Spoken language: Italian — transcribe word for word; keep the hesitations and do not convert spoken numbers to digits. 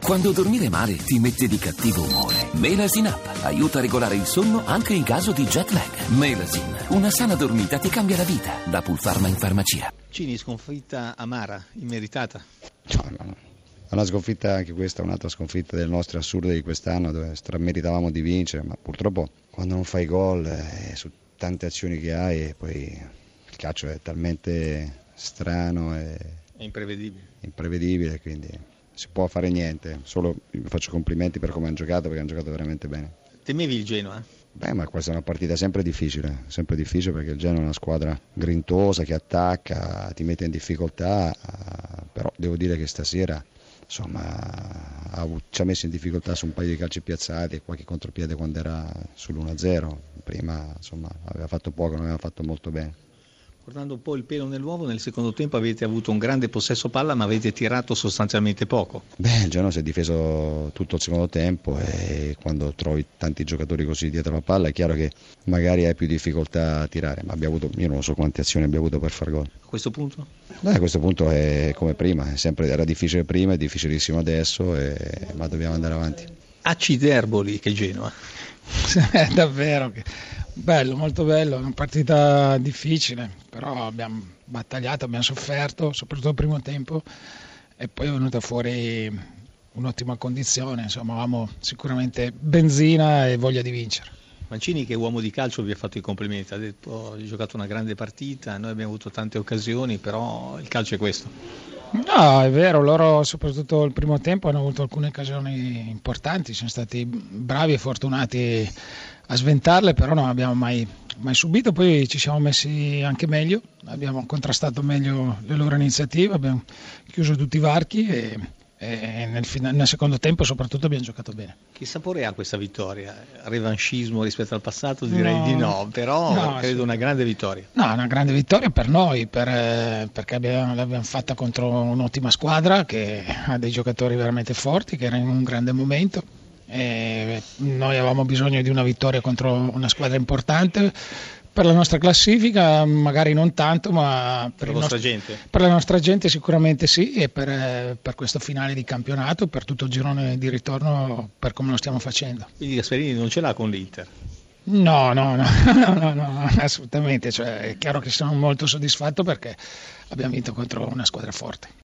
Quando dormire male ti mette di cattivo umore, Melasin Up aiuta a regolare il sonno anche in caso di jet lag. Melasin, una sana dormita ti cambia la vita. Da Pulpharma in farmacia. Cini, sconfitta amara, immeritata. No, no, no. È una sconfitta anche questa, un'altra sconfitta delle nostre assurde di quest'anno, dove strameritavamo di vincere, ma purtroppo quando non fai gol, eh, su tante azioni che hai, e poi il calcio è talmente strano e È imprevedibile. imprevedibile, quindi si può fare niente. Solo vi faccio complimenti per come hanno giocato, perché hanno giocato veramente bene. Temevi il Genoa? Beh, ma questa è una partita sempre difficile, sempre difficile, perché il Genoa è una squadra grintosa che attacca, ti mette in difficoltà, però devo dire che stasera insomma ha, ci ha messo in difficoltà su un paio di calci piazzati e qualche contropiede quando era sull'uno a zero. Prima insomma aveva fatto poco, non aveva fatto molto bene. Portando un po' il pelo nell'uovo, nel secondo tempo avete avuto un grande possesso palla, ma avete tirato sostanzialmente poco. Beh, il Genoa si è difeso tutto il secondo tempo, e quando trovi tanti giocatori così dietro la palla è chiaro che magari hai più difficoltà a tirare, ma abbiamo avuto, io non so quante azioni abbiamo avuto per far gol. A questo punto? Beh, a questo punto è come prima, è sempre, era difficile prima, è difficilissimo adesso, e, ma dobbiamo andare avanti. Acciderboli che Genoa. È davvero che bello, molto bello, è una partita difficile, però abbiamo battagliato, abbiamo sofferto, soprattutto il primo tempo, e poi è venuta fuori un'ottima condizione, insomma avevamo sicuramente benzina e voglia di vincere. Mancini, che uomo di calcio, vi ha fatto i complimenti, ha detto hai giocato una grande partita, noi abbiamo avuto tante occasioni, però il calcio è questo. No, è vero, loro soprattutto il primo tempo hanno avuto alcune occasioni importanti, sono stati bravi e fortunati a sventarle, però non abbiamo mai, mai subito, poi ci siamo messi anche meglio, abbiamo contrastato meglio le loro iniziative, abbiamo chiuso tutti i varchi e, e nel, fina- nel secondo tempo soprattutto abbiamo giocato bene. Che sapore ha questa vittoria? Revanchismo rispetto al passato? Direi No, di no, però no, credo sì. una grande vittoria. No, è una grande vittoria per noi, per, eh, perché abbiamo, l'abbiamo fatta contro un'ottima squadra che ha dei giocatori veramente forti, che era in un grande momento. E noi avevamo bisogno di una vittoria contro una squadra importante per la nostra classifica, magari non tanto, ma Per per, la il vostra nostro, gente? per la nostra gente sicuramente sì, e per, eh, per questo finale di campionato, per tutto il girone di ritorno, per come lo stiamo facendo. Quindi Gasperini non ce l'ha con l'Inter? No, no, no, no, no, no, assolutamente, cioè, è chiaro che sono molto soddisfatto perché abbiamo vinto contro una squadra forte.